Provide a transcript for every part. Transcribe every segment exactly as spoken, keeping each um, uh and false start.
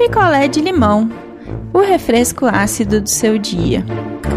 picolé de limão, o refresco ácido do seu dia.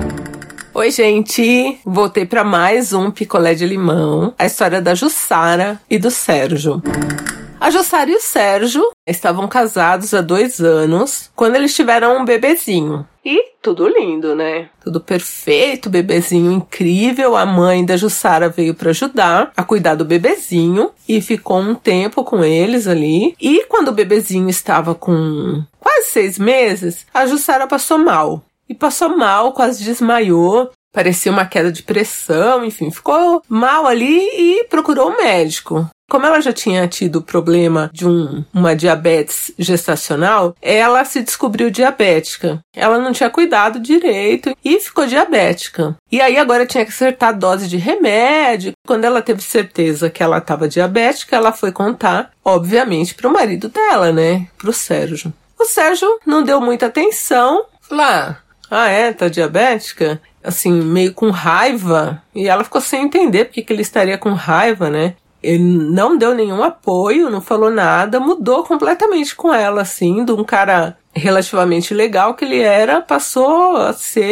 Oi, gente! Voltei para mais um picolé de limão, a história da Jussara e do Sérgio. A Jussara e o Sérgio estavam casados há dois anos, quando eles tiveram um bebezinho. E tudo lindo, né? Tudo perfeito, bebezinho incrível. A mãe da Jussara veio para ajudar a cuidar do bebezinho e ficou um tempo com eles ali. E quando o bebezinho estava com quase seis meses, a Jussara passou mal. E passou mal, quase desmaiou. Parecia uma queda de pressão, enfim, ficou mal ali e procurou um médico. Como ela já tinha tido problema de um, uma diabetes gestacional, ela se descobriu diabética. Ela não tinha cuidado direito e ficou diabética. E aí agora tinha que acertar a dose de remédio. Quando ela teve certeza que ela estava diabética, ela foi contar, obviamente, para o marido dela, né? Para o Sérgio. O Sérgio não deu muita atenção. Falou, ah, ah é, tá diabética? Assim, meio com raiva. E ela ficou sem entender porque que ele estaria com raiva, né? Ele não deu nenhum apoio, não falou nada, mudou completamente com ela, assim, de um cara relativamente legal que ele era, passou a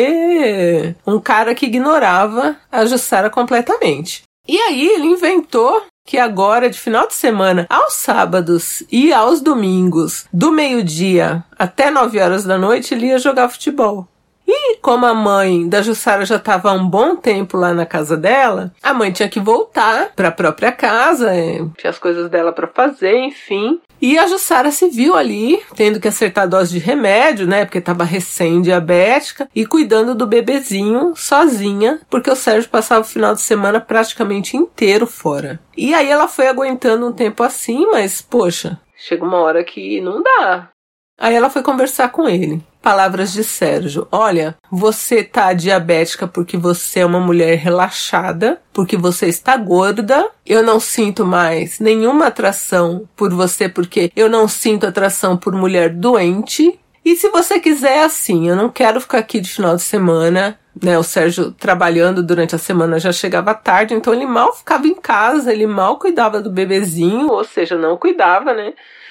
ser um cara que ignorava a Jussara completamente. E aí ele inventou que agora, de final de semana, aos sábados e aos domingos, do meio-dia até nove horas da noite, ele ia jogar futebol. E como a mãe da Jussara já estava há um bom tempo lá na casa dela, a mãe tinha que voltar para a própria casa, tinha as coisas dela para fazer, enfim. E a Jussara se viu ali, tendo que acertar a dose de remédio, né, porque estava recém-diabética, e cuidando do bebezinho sozinha, porque o Sérgio passava o final de semana praticamente inteiro fora. E aí ela foi aguentando um tempo assim, mas, poxa, chega uma hora que não dá. Aí ela foi conversar com ele. Palavras de Sérgio. Olha, você tá diabética porque você é uma mulher relaxada, porque você está gorda. Eu não sinto mais nenhuma atração por você porque eu não sinto atração por mulher doente. E se você quiser assim, eu não quero ficar aqui de final de semana, né? O Sérgio trabalhando durante a semana já chegava tarde, então ele mal ficava em casa, ele mal cuidava do bebezinho, ou seja, não cuidava, né?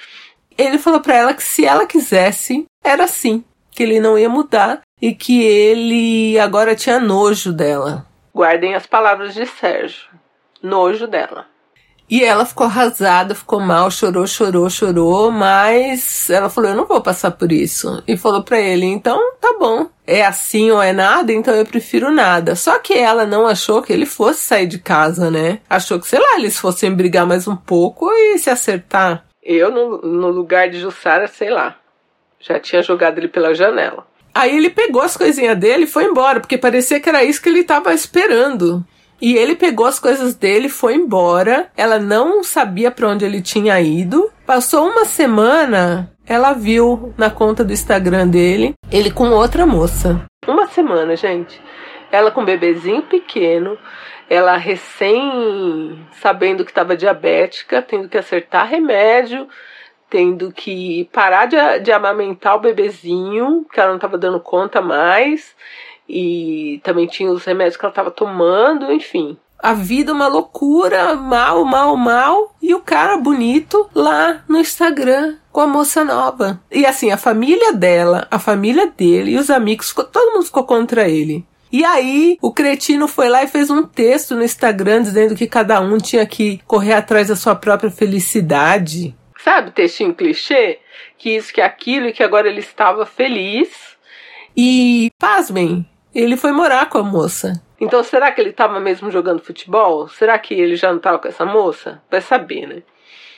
Ele falou pra ela que se ela quisesse, era assim, que ele não ia mudar e que ele agora tinha nojo dela. Guardem as palavras de Sérgio. Nojo dela. E ela ficou arrasada, ficou mal, chorou, chorou, chorou, mas ela falou, eu não vou passar por isso. E falou pra ele, então tá bom, é assim ou é nada, então eu prefiro nada. Só que ela não achou que ele fosse sair de casa, né? Achou que, sei lá, eles fossem brigar mais um pouco e se acertar. Eu, no, no lugar de Jussara, sei lá, já tinha jogado ele pela janela. Aí ele pegou as coisinhas dele e foi embora, porque parecia que era isso que ele estava esperando. E ele pegou as coisas dele e foi embora. Ela não sabia para onde ele tinha ido. Passou uma semana, ela viu na conta do Instagram dele, ele com outra moça. Uma semana, gente. Ela com um bebezinho pequeno, ela recém sabendo que estava diabética, tendo que acertar remédio, tendo que parar de, de amamentar o bebezinho, que ela não estava dando conta mais, e também tinha os remédios que ela estava tomando, enfim. A vida uma loucura, mal, mal, mal, e o cara bonito lá no Instagram com a moça nova. E assim, a família dela, a família dele e os amigos, todo mundo ficou contra ele. E aí, o cretino foi lá e fez um texto no Instagram dizendo que cada um tinha que correr atrás da sua própria felicidade. Sabe, textinho clichê? Que isso, que aquilo, e que agora ele estava feliz. E, pasmem, ele foi morar com a moça. Então, será que ele estava mesmo jogando futebol? Será que ele já não estava com essa moça? Vai saber, né?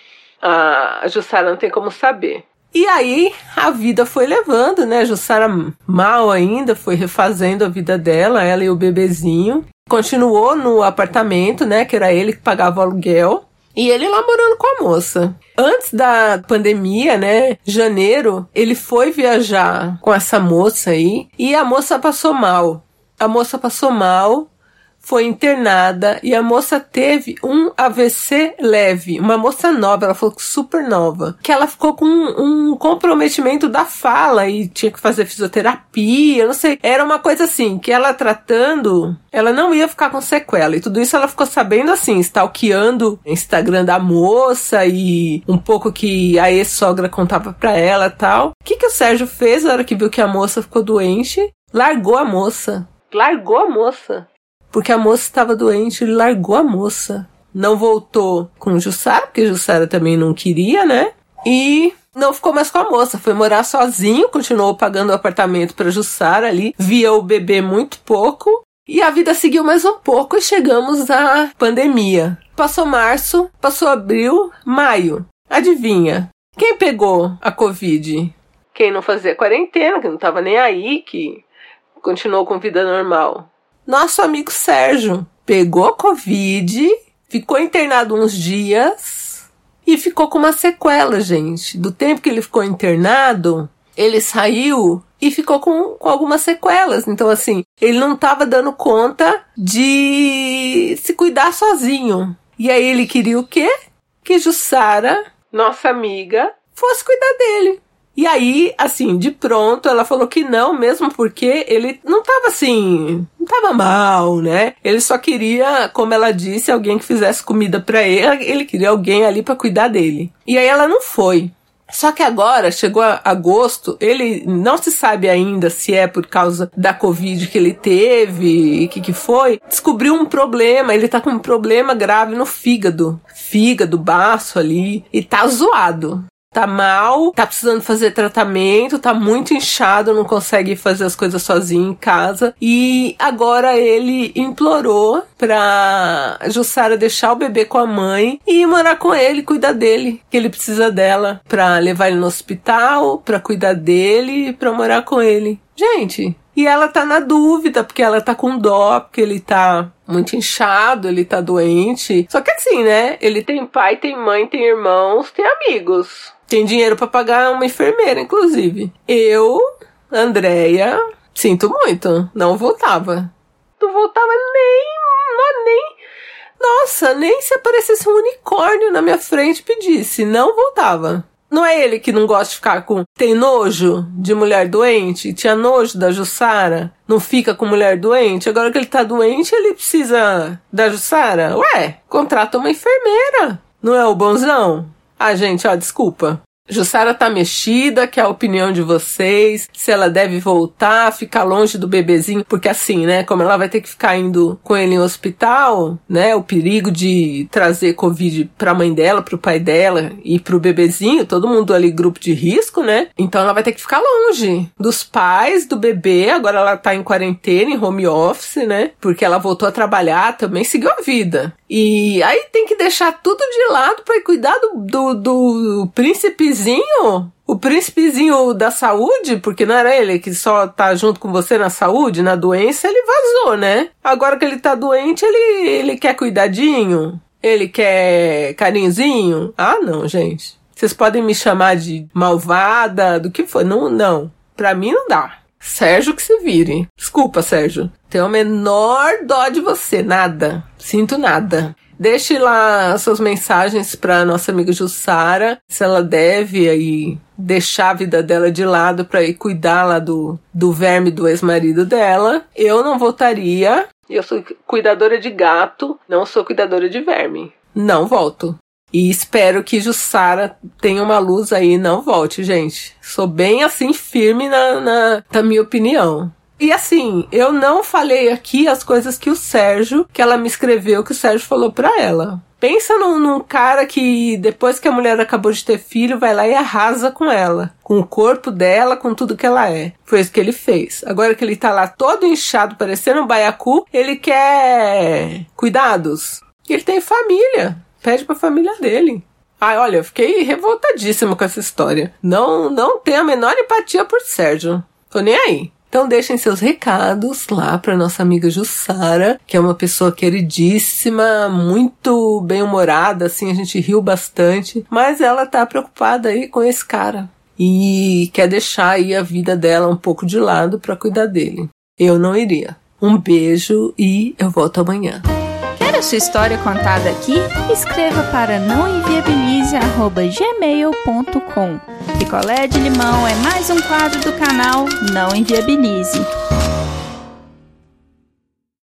A Jussara não tem como saber. E aí, a vida foi levando, né? A Jussara mal ainda, foi refazendo a vida dela, ela e o bebezinho. Continuou no apartamento, né? Que era ele que pagava o aluguel. E ele lá morando com a moça. Antes da pandemia, né? Janeiro, ele foi viajar com essa moça aí. E a moça passou mal. A moça passou mal. Foi internada e a moça teve um A V C leve. Uma moça nova, ela falou que super nova. Que ela ficou com um, um comprometimento da fala e tinha que fazer fisioterapia, não sei. Era uma coisa assim, que ela tratando, ela não ia ficar com sequela. E tudo isso ela ficou sabendo assim, stalkeando o Instagram da moça e um pouco que a ex-sogra contava pra ela e tal. O que, que o Sérgio fez na hora que viu que a moça ficou doente? Largou a moça. Largou a moça. Porque a moça estava doente, ele largou a moça. Não voltou com Jussara, porque Jussara também não queria, né? E não ficou mais com a moça. Foi morar sozinho, continuou pagando o apartamento para Jussara ali. Via o bebê muito pouco. E a vida seguiu mais um pouco e chegamos à pandemia. Passou março, passou abril, maio. Adivinha? Quem pegou a Covid? Quem não fazia quarentena, que não tava nem aí, que continuou com vida normal. Nosso amigo Sérgio pegou a Covid, ficou internado uns dias e ficou com uma sequela, gente. Do tempo que ele ficou internado, ele saiu e ficou com, com algumas sequelas. Então, assim, ele não tava dando conta de se cuidar sozinho. E aí ele queria o quê? Que Jussara, nossa amiga, fosse cuidar dele. E aí, assim, de pronto, ela falou que não, mesmo porque ele não tava assim, não tava mal, né? Ele só queria, como ela disse, alguém que fizesse comida pra ele, ele queria alguém ali pra cuidar dele. E aí ela não foi. Só que agora, chegou a agosto, ele não se sabe ainda se é por causa da Covid que ele teve e o que que foi. Descobriu um problema, ele tá com um problema grave no fígado. Fígado, baço ali, e tá zoado. Tá mal, tá precisando fazer tratamento, tá muito inchado, não consegue fazer as coisas sozinho em casa. E agora ele implorou pra Jussara deixar o bebê com a mãe e ir morar com ele, cuidar dele. Que ele precisa dela pra levar ele no hospital, pra cuidar dele e pra morar com ele. Gente, e ela tá na dúvida, porque ela tá com dó, porque ele tá muito inchado, ele tá doente. Só que assim, né? Ele tem pai, tem mãe, tem irmãos, tem amigos. Tem dinheiro pra pagar uma enfermeira, inclusive. Eu, Andréia, sinto muito, não voltava. Não voltava nem, nem... Nossa, nem se aparecesse um unicórnio na minha frente e pedisse, não voltava. Não é ele que não gosta de ficar com... Tem nojo de mulher doente? Tinha nojo da Jussara? Não fica com mulher doente? Agora que ele tá doente, ele precisa da Jussara? Ué, contrata uma enfermeira. Não é o bonzão? Ah, gente, ó, desculpa. Jussara tá mexida, que é a opinião de vocês, se ela deve voltar, ficar longe do bebezinho, porque assim, né, como ela vai ter que ficar indo com ele em hospital, né, o perigo de trazer Covid pra mãe dela, pro pai dela e pro bebezinho, todo mundo ali grupo de risco, né, então ela vai ter que ficar longe dos pais, do bebê, agora ela tá em quarentena, em home office, né, porque ela voltou a trabalhar, também seguiu a vida. E aí tem que deixar tudo de lado pra ir cuidar do, do, do príncipezinho, o príncipezinho da saúde, porque não era ele que só tá junto com você na saúde, na doença, ele vazou, né? Agora que ele tá doente, ele, ele quer cuidadinho? Ele quer carinhozinho? Ah, não, gente. Vocês podem me chamar de malvada, do que for. Não, não. Pra mim não dá. Sérgio que se vire. Desculpa, Sérgio. Tenho a menor dó de você. Nada. Sinto nada. Deixe lá suas mensagens pra nossa amiga Jussara, se ela deve aí deixar a vida dela de lado pra ir cuidar lá do, do verme do ex-marido dela. Eu não voltaria. Eu sou cuidadora de gato, não sou cuidadora de verme. Não volto. E espero que Jussara tenha uma luz aí e não volte, gente. Sou bem assim firme na, na, na minha opinião. E assim, eu não falei aqui as coisas que o Sérgio, que ela me escreveu, que o Sérgio falou pra ela. Pensa num, num cara que depois que a mulher acabou de ter filho, vai lá e arrasa com ela. Com o corpo dela, com tudo que ela é. Foi isso que ele fez. Agora que ele tá lá todo inchado, parecendo um baiacu, ele quer cuidados. Ele tem família. Pede pra família dele. Ai, olha, eu fiquei revoltadíssima com essa história. Não, não tenho a menor empatia por Sérgio. Tô nem aí. Então deixem seus recados lá pra nossa amiga Jussara, que é uma pessoa queridíssima, muito bem-humorada, assim, a gente riu bastante. Mas ela tá preocupada aí com esse cara. E quer deixar aí a vida dela um pouco de lado pra cuidar dele. Eu não iria. Um beijo e eu volto amanhã. Quer a sua história contada aqui? Escreva para não inviabilize arroba gmail ponto com. Picolé de Limão é mais um quadro do canal Não Inviabilize.